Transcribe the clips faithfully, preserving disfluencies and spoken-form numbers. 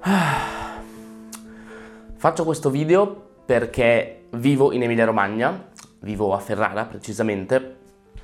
Faccio questo video perché vivo in Emilia-Romagna, vivo a Ferrara precisamente,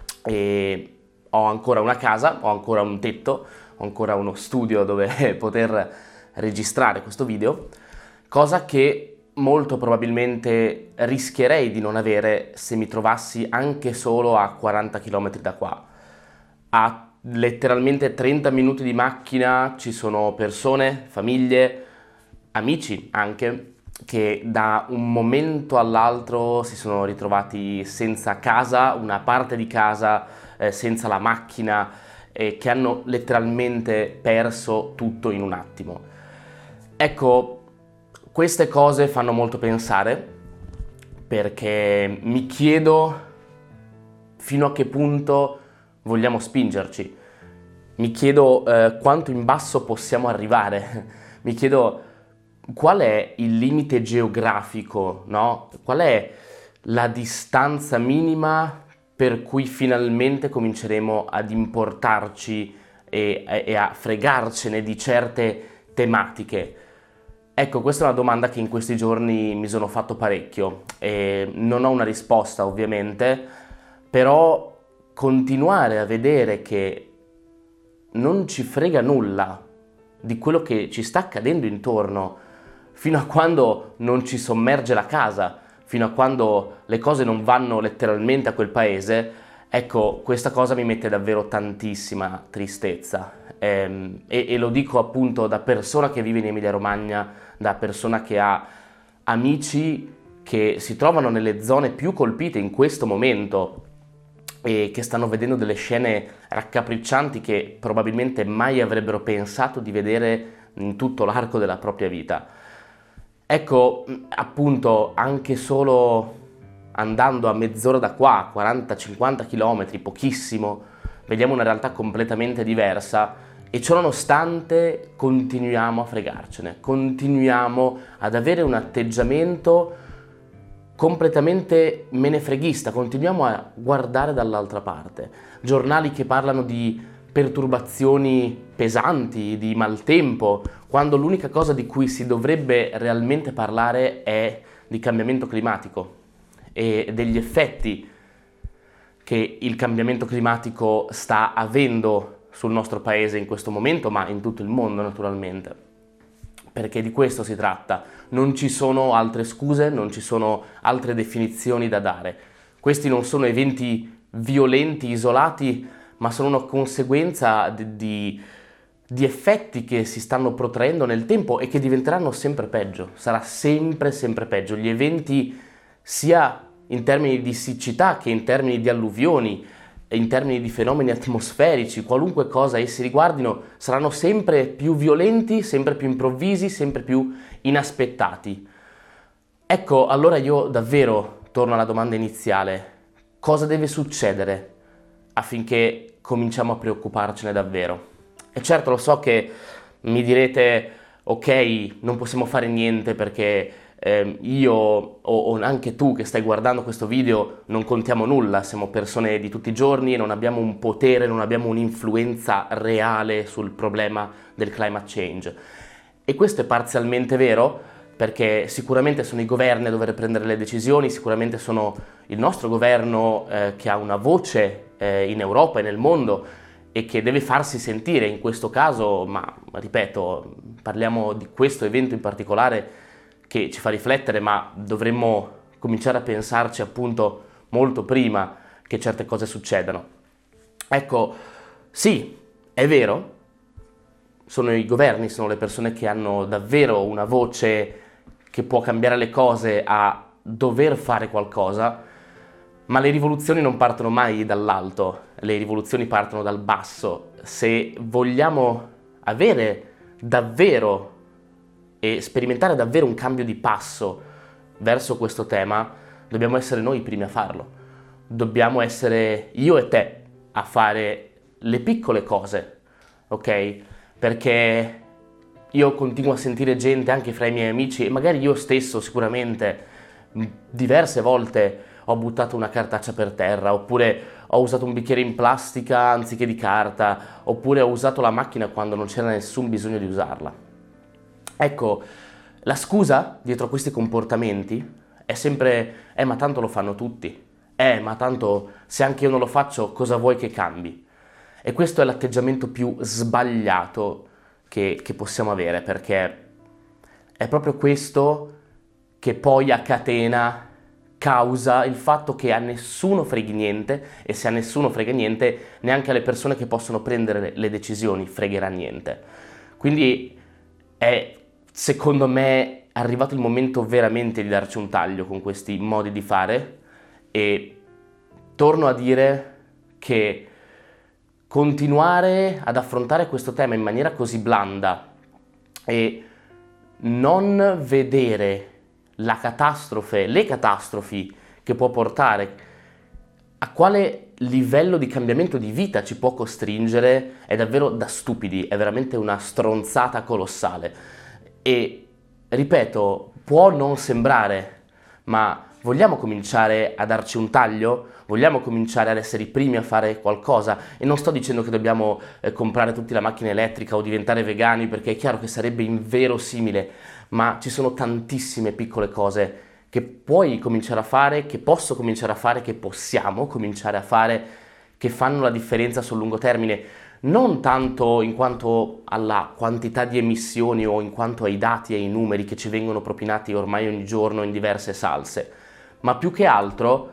e ho ancora una casa, ho ancora un tetto, ho ancora uno studio dove poter registrare questo video, cosa che molto probabilmente rischierei di non avere se mi trovassi anche solo a quaranta chilometri da qua. A letteralmente trenta minuti di macchina ci sono persone, famiglie, amici anche, che da un momento all'altro si sono ritrovati senza casa, una parte di casa, eh, senza la macchina, e che hanno letteralmente perso tutto in un attimo. Ecco, queste cose fanno molto pensare, perché mi chiedo fino a che punto vogliamo spingerci. Mi chiedo eh, quanto in basso possiamo arrivare. Mi chiedo qual è il limite geografico, no? Qual è la distanza minima per cui finalmente cominceremo ad importarci e, e a fregarcene di certe tematiche. Ecco, questa è una domanda che in questi giorni mi sono fatto parecchio e non ho una risposta ovviamente, però continuare a vedere che non ci frega nulla di quello che ci sta accadendo intorno, fino a quando non ci sommerge la casa, fino a quando le cose non vanno letteralmente a quel paese, ecco, questa cosa mi mette davvero tantissima tristezza. E, e, e lo dico appunto da persona che vive in Emilia-Romagna, da persona che ha amici che si trovano nelle zone più colpite in questo momento e che stanno vedendo delle scene raccapriccianti che probabilmente mai avrebbero pensato di vedere in tutto l'arco della propria vita. Ecco, appunto, anche solo andando a mezz'ora da qua, quaranta cinquanta chilometri, pochissimo, vediamo una realtà completamente diversa e ciononostante continuiamo a fregarcene, continuiamo ad avere un atteggiamento completamente menefreghista, continuiamo a guardare dall'altra parte. Giornali che parlano di perturbazioni pesanti, di maltempo, quando l'unica cosa di cui si dovrebbe realmente parlare è di cambiamento climatico e degli effetti che il cambiamento climatico sta avendo sul nostro paese in questo momento, ma in tutto il mondo naturalmente. Perché di questo si tratta, non ci sono altre scuse, non ci sono altre definizioni da dare. Questi non sono eventi violenti, isolati, ma sono una conseguenza di, di, di effetti che si stanno protraendo nel tempo e che diventeranno sempre peggio. Sarà sempre, sempre peggio. Gli eventi, sia in termini di siccità che in termini di alluvioni, in termini di fenomeni atmosferici, qualunque cosa essi riguardino, saranno sempre più violenti, sempre più improvvisi, sempre più inaspettati. Ecco, allora io davvero torno alla domanda iniziale: cosa deve succedere affinché cominciamo a preoccuparcene davvero? E certo, lo so che mi direte, ok, non possiamo fare niente perché eh, io o, o anche tu che stai guardando questo video non contiamo nulla, siamo persone di tutti i giorni e non abbiamo un potere, non abbiamo un'influenza reale sul problema del climate change. E questo è parzialmente vero, perché sicuramente sono i governi a dover prendere le decisioni, sicuramente sono il nostro governo eh, che ha una voce eh, in Europa e nel mondo e che deve farsi sentire in questo caso, ma ripeto, parliamo di questo evento in particolare che ci fa riflettere, ma dovremmo cominciare a pensarci appunto molto prima che certe cose succedano. Ecco, sì, è vero, sono i governi, sono le persone che hanno davvero una voce che può cambiare le cose a dover fare qualcosa, ma le rivoluzioni non partono mai dall'alto, le rivoluzioni partono dal basso. Se vogliamo avere davvero e sperimentare davvero un cambio di passo verso questo tema, dobbiamo essere noi i primi a farlo. Dobbiamo essere io e te a fare le piccole cose, ok? Perché io continuo a sentire gente anche fra i miei amici, e magari io stesso sicuramente diverse volte ho buttato una cartaccia per terra, oppure ho usato un bicchiere in plastica anziché di carta, oppure ho usato la macchina quando non c'era nessun bisogno di usarla. Ecco, la scusa dietro a questi comportamenti è sempre, eh ma tanto lo fanno tutti, eh ma tanto se anche io non lo faccio cosa vuoi che cambi? E questo è l'atteggiamento più sbagliato che, che possiamo avere, perché è proprio questo che poi a catena causa il fatto che a nessuno freghi niente, e se a nessuno frega niente, neanche alle persone che possono prendere le decisioni fregherà niente. Quindi è, secondo me, arrivato il momento veramente di darci un taglio con questi modi di fare, e torno a dire che continuare ad affrontare questo tema in maniera così blanda e non vedere la catastrofe, le catastrofi che può portare, a quale livello di cambiamento di vita ci può costringere, è davvero da stupidi, è veramente una stronzata colossale. E ripeto, può non sembrare, ma vogliamo cominciare a darci un taglio? Vogliamo cominciare ad essere i primi a fare qualcosa? E non sto dicendo che dobbiamo eh, comprare tutti la macchina elettrica o diventare vegani, perché è chiaro che sarebbe inverosimile, ma ci sono tantissime piccole cose che puoi cominciare a fare, che posso cominciare a fare, che possiamo cominciare a fare, che fanno la differenza sul lungo termine, non tanto in quanto alla quantità di emissioni o in quanto ai dati e ai numeri che ci vengono propinati ormai ogni giorno in diverse salse, ma più che altro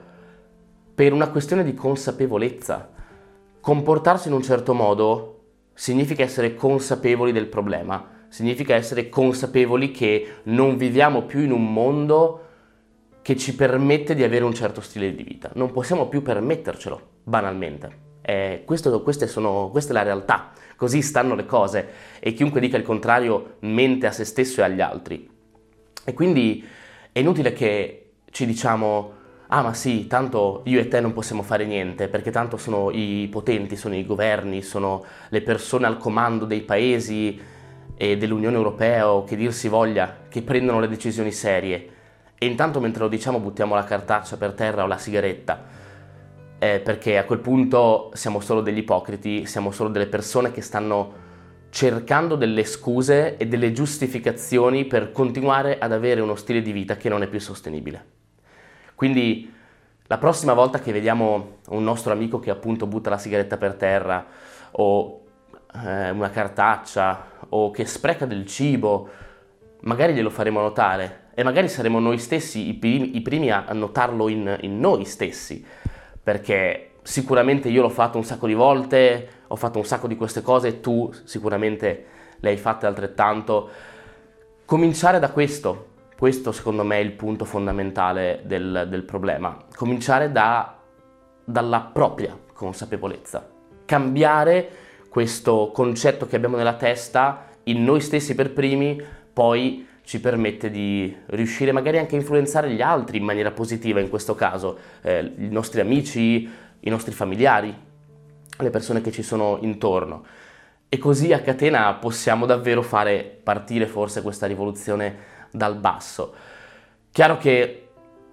per una questione di consapevolezza. Comportarsi in un certo modo significa essere consapevoli del problema, significa essere consapevoli che non viviamo più in un mondo che ci permette di avere un certo stile di vita. Non possiamo più permettercelo, banalmente. Eh, questo, queste sono, questa è la realtà, così stanno le cose, e chiunque dica il contrario mente a se stesso e agli altri. E quindi è inutile che ci diciamo: ah ma sì, tanto io e te non possiamo fare niente, perché tanto sono i potenti, sono i governi, sono le persone al comando dei paesi e dell'Unione Europea, o che dir si voglia, che prendono le decisioni serie. E intanto mentre lo diciamo buttiamo la cartaccia per terra o la sigaretta, eh, perché a quel punto siamo solo degli ipocriti, siamo solo delle persone che stanno cercando delle scuse e delle giustificazioni per continuare ad avere uno stile di vita che non è più sostenibile. Quindi la prossima volta che vediamo un nostro amico che appunto butta la sigaretta per terra, o eh, una cartaccia, o che spreca del cibo, magari glielo faremo notare, e magari saremo noi stessi i primi, i primi a notarlo in, in noi stessi, perché sicuramente io l'ho fatto un sacco di volte, ho fatto un sacco di queste cose, tu sicuramente le hai fatte altrettanto. Cominciare da questo, questo secondo me è il punto fondamentale del, del problema, cominciare da, dalla propria consapevolezza, cambiare questo concetto che abbiamo nella testa in noi stessi per primi, poi ci permette di riuscire magari anche a influenzare gli altri in maniera positiva, in questo caso eh, i nostri amici, i nostri familiari, le persone che ci sono intorno. E così a catena possiamo davvero fare partire forse questa rivoluzione dal basso. Chiaro che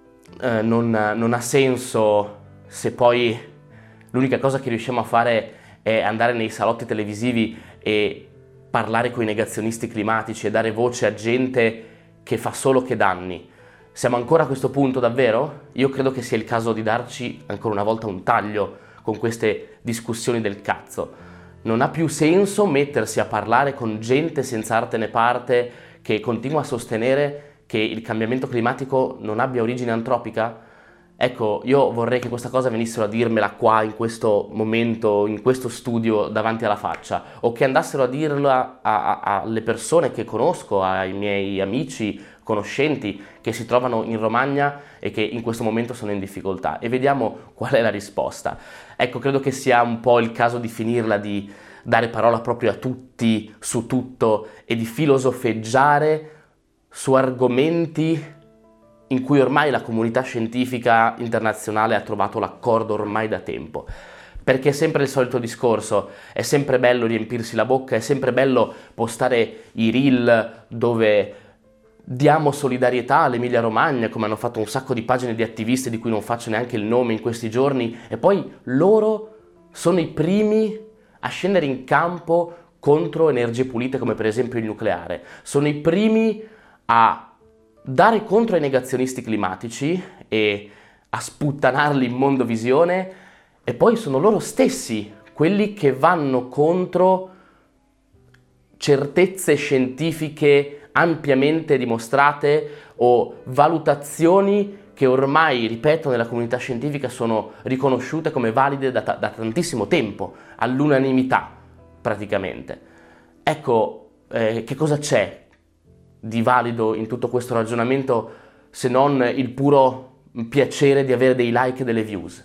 eh, non, non ha senso se poi l'unica cosa che riusciamo a fare è andare nei salotti televisivi e parlare con i negazionisti climatici e dare voce a gente che fa solo che danni. Siamo ancora a questo punto davvero? Io credo che sia il caso di darci ancora una volta un taglio con queste discussioni del cazzo. Non ha più senso mettersi a parlare con gente senza arte né parte che continua a sostenere che il cambiamento climatico non abbia origine antropica. Ecco, io vorrei che questa cosa venissero a dirmela qua, in questo momento, in questo studio, davanti alla faccia, o che andassero a dirla a, a, alle persone che conosco, ai miei amici, conoscenti, che si trovano in Romagna e che in questo momento sono in difficoltà, e vediamo qual è la risposta. Ecco, credo che sia un po' il caso di finirla di dare parola proprio a tutti, su tutto, e di filosofeggiare su argomenti in cui ormai la comunità scientifica internazionale ha trovato l'accordo ormai da tempo. Perché è sempre il solito discorso, è sempre bello riempirsi la bocca, è sempre bello postare i reel dove diamo solidarietà all'Emilia Romagna, come hanno fatto un sacco di pagine di attivisti di cui non faccio neanche il nome in questi giorni, e poi loro sono i primi a scendere in campo contro energie pulite come per esempio il nucleare, sono i primi a dare contro ai negazionisti climatici e a sputtanarli in mondovisione, e poi sono loro stessi quelli che vanno contro certezze scientifiche ampiamente dimostrate o valutazioni che ormai, ripeto, nella comunità scientifica sono riconosciute come valide da, ta- da tantissimo tempo, all'unanimità praticamente. Ecco, eh, che cosa c'è di valido in tutto questo ragionamento se non il puro piacere di avere dei like e delle views?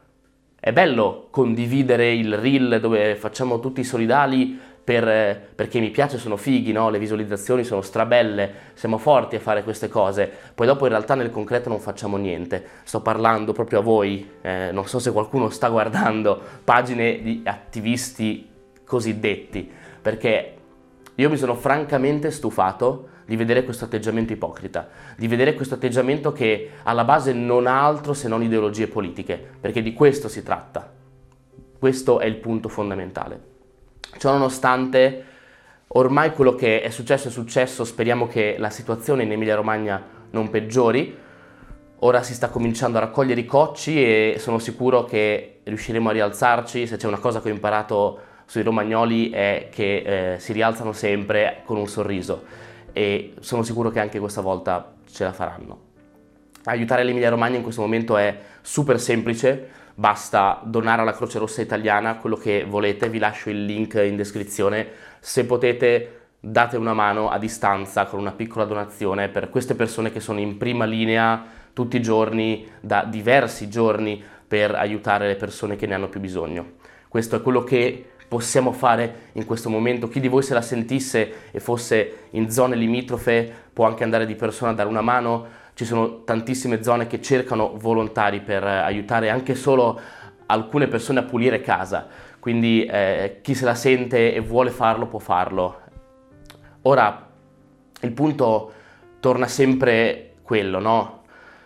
È bello condividere il reel dove facciamo tutti i solidali per, perché mi piace, sono fighi, no? Le visualizzazioni sono strabelle, siamo forti a fare queste cose, poi dopo in realtà nel concreto non facciamo niente. Sto parlando proprio a voi, eh, non so se qualcuno sta guardando pagine di attivisti cosiddetti, perché io mi sono francamente stufato di vedere questo atteggiamento ipocrita, di vedere questo atteggiamento che alla base non ha altro se non ideologie politiche, perché di questo si tratta. Questo è il punto fondamentale. Ciononostante, ormai quello che è successo è successo, speriamo che la situazione in Emilia-Romagna non peggiori. Ora si sta cominciando a raccogliere i cocci e sono sicuro che riusciremo a rialzarci. Se c'è una cosa che ho imparato sui romagnoli è che eh, si rialzano sempre con un sorriso, e sono sicuro che anche questa volta ce la faranno. Aiutare l'Emilia Romagna in questo momento è super semplice, basta donare alla Croce Rossa Italiana quello che volete, vi lascio il link in descrizione. Se potete, date una mano a distanza con una piccola donazione per queste persone che sono in prima linea tutti i giorni, da diversi giorni, per aiutare le persone che ne hanno più bisogno. Questo è quello che possiamo fare in questo momento. Chi di voi se la sentisse e fosse in zone limitrofe può anche andare di persona a dare una mano. Ci sono tantissime zone che cercano volontari per aiutare anche solo alcune persone a pulire casa, quindi eh, chi se la sente e vuole farlo può farlo. Ora, il punto torna sempre quello, no?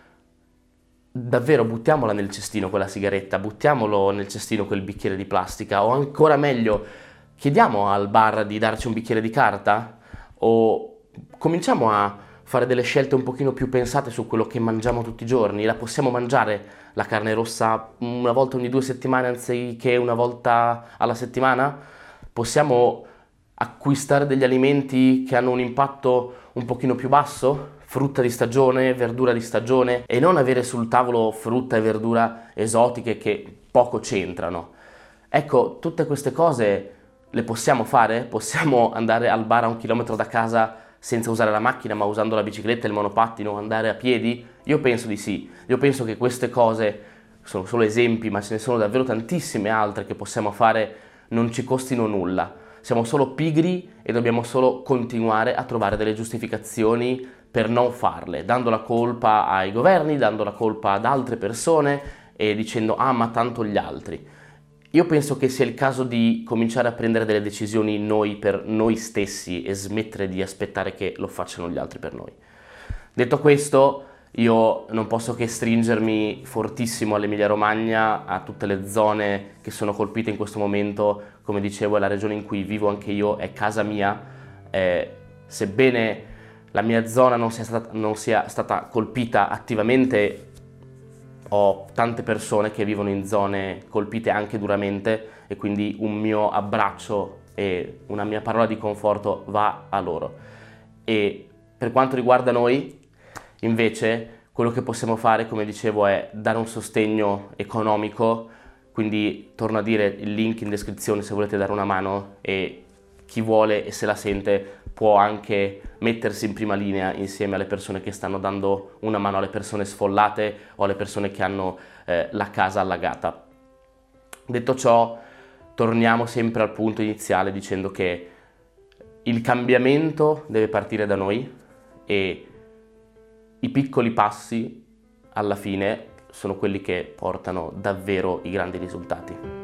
Davvero buttiamola nel cestino quella sigaretta, buttiamolo nel cestino quel bicchiere di plastica, o ancora meglio, chiediamo al bar di darci un bicchiere di carta, o cominciamo a fare delle scelte un pochino più pensate su quello che mangiamo tutti i giorni. La possiamo mangiare la carne rossa una volta ogni due settimane anziché una volta alla settimana? Possiamo acquistare degli alimenti che hanno un impatto un pochino più basso? Frutta di stagione, verdura di stagione, e non avere sul tavolo frutta e verdura esotiche che poco c'entrano. Ecco, tutte queste cose le possiamo fare? Possiamo andare al bar a un chilometro da casa senza usare la macchina, ma usando la bicicletta e il monopattino, andare a piedi? Io penso di sì. Io penso che queste cose sono solo esempi, ma ce ne sono davvero tantissime altre che possiamo fare, non ci costino nulla. Siamo solo pigri e dobbiamo solo continuare a trovare delle giustificazioni per non farle, dando la colpa ai governi, dando la colpa ad altre persone e dicendo ah ma tanto gli altri. Io penso che sia il caso di cominciare a prendere delle decisioni noi per noi stessi e smettere di aspettare che lo facciano gli altri per noi. Detto questo, io non posso che stringermi fortissimo all'Emilia Romagna, a tutte le zone che sono colpite in questo momento. Come dicevo, è la regione in cui vivo anche io, è casa mia, eh, sebbene la mia zona non sia stata, non sia stata colpita attivamente, ho tante persone che vivono in zone colpite anche duramente, e quindi un mio abbraccio e una mia parola di conforto va a loro. E per quanto riguarda noi, invece, quello che possiamo fare, come dicevo, è dare un sostegno economico, quindi torno a dire il link in descrizione se volete dare una mano, e chi vuole e se la sente può anche mettersi in prima linea insieme alle persone che stanno dando una mano alle persone sfollate o alle persone che hanno eh, la casa allagata. Detto ciò, torniamo sempre al punto iniziale dicendo che il cambiamento deve partire da noi, e i piccoli passi alla fine sono quelli che portano davvero i grandi risultati.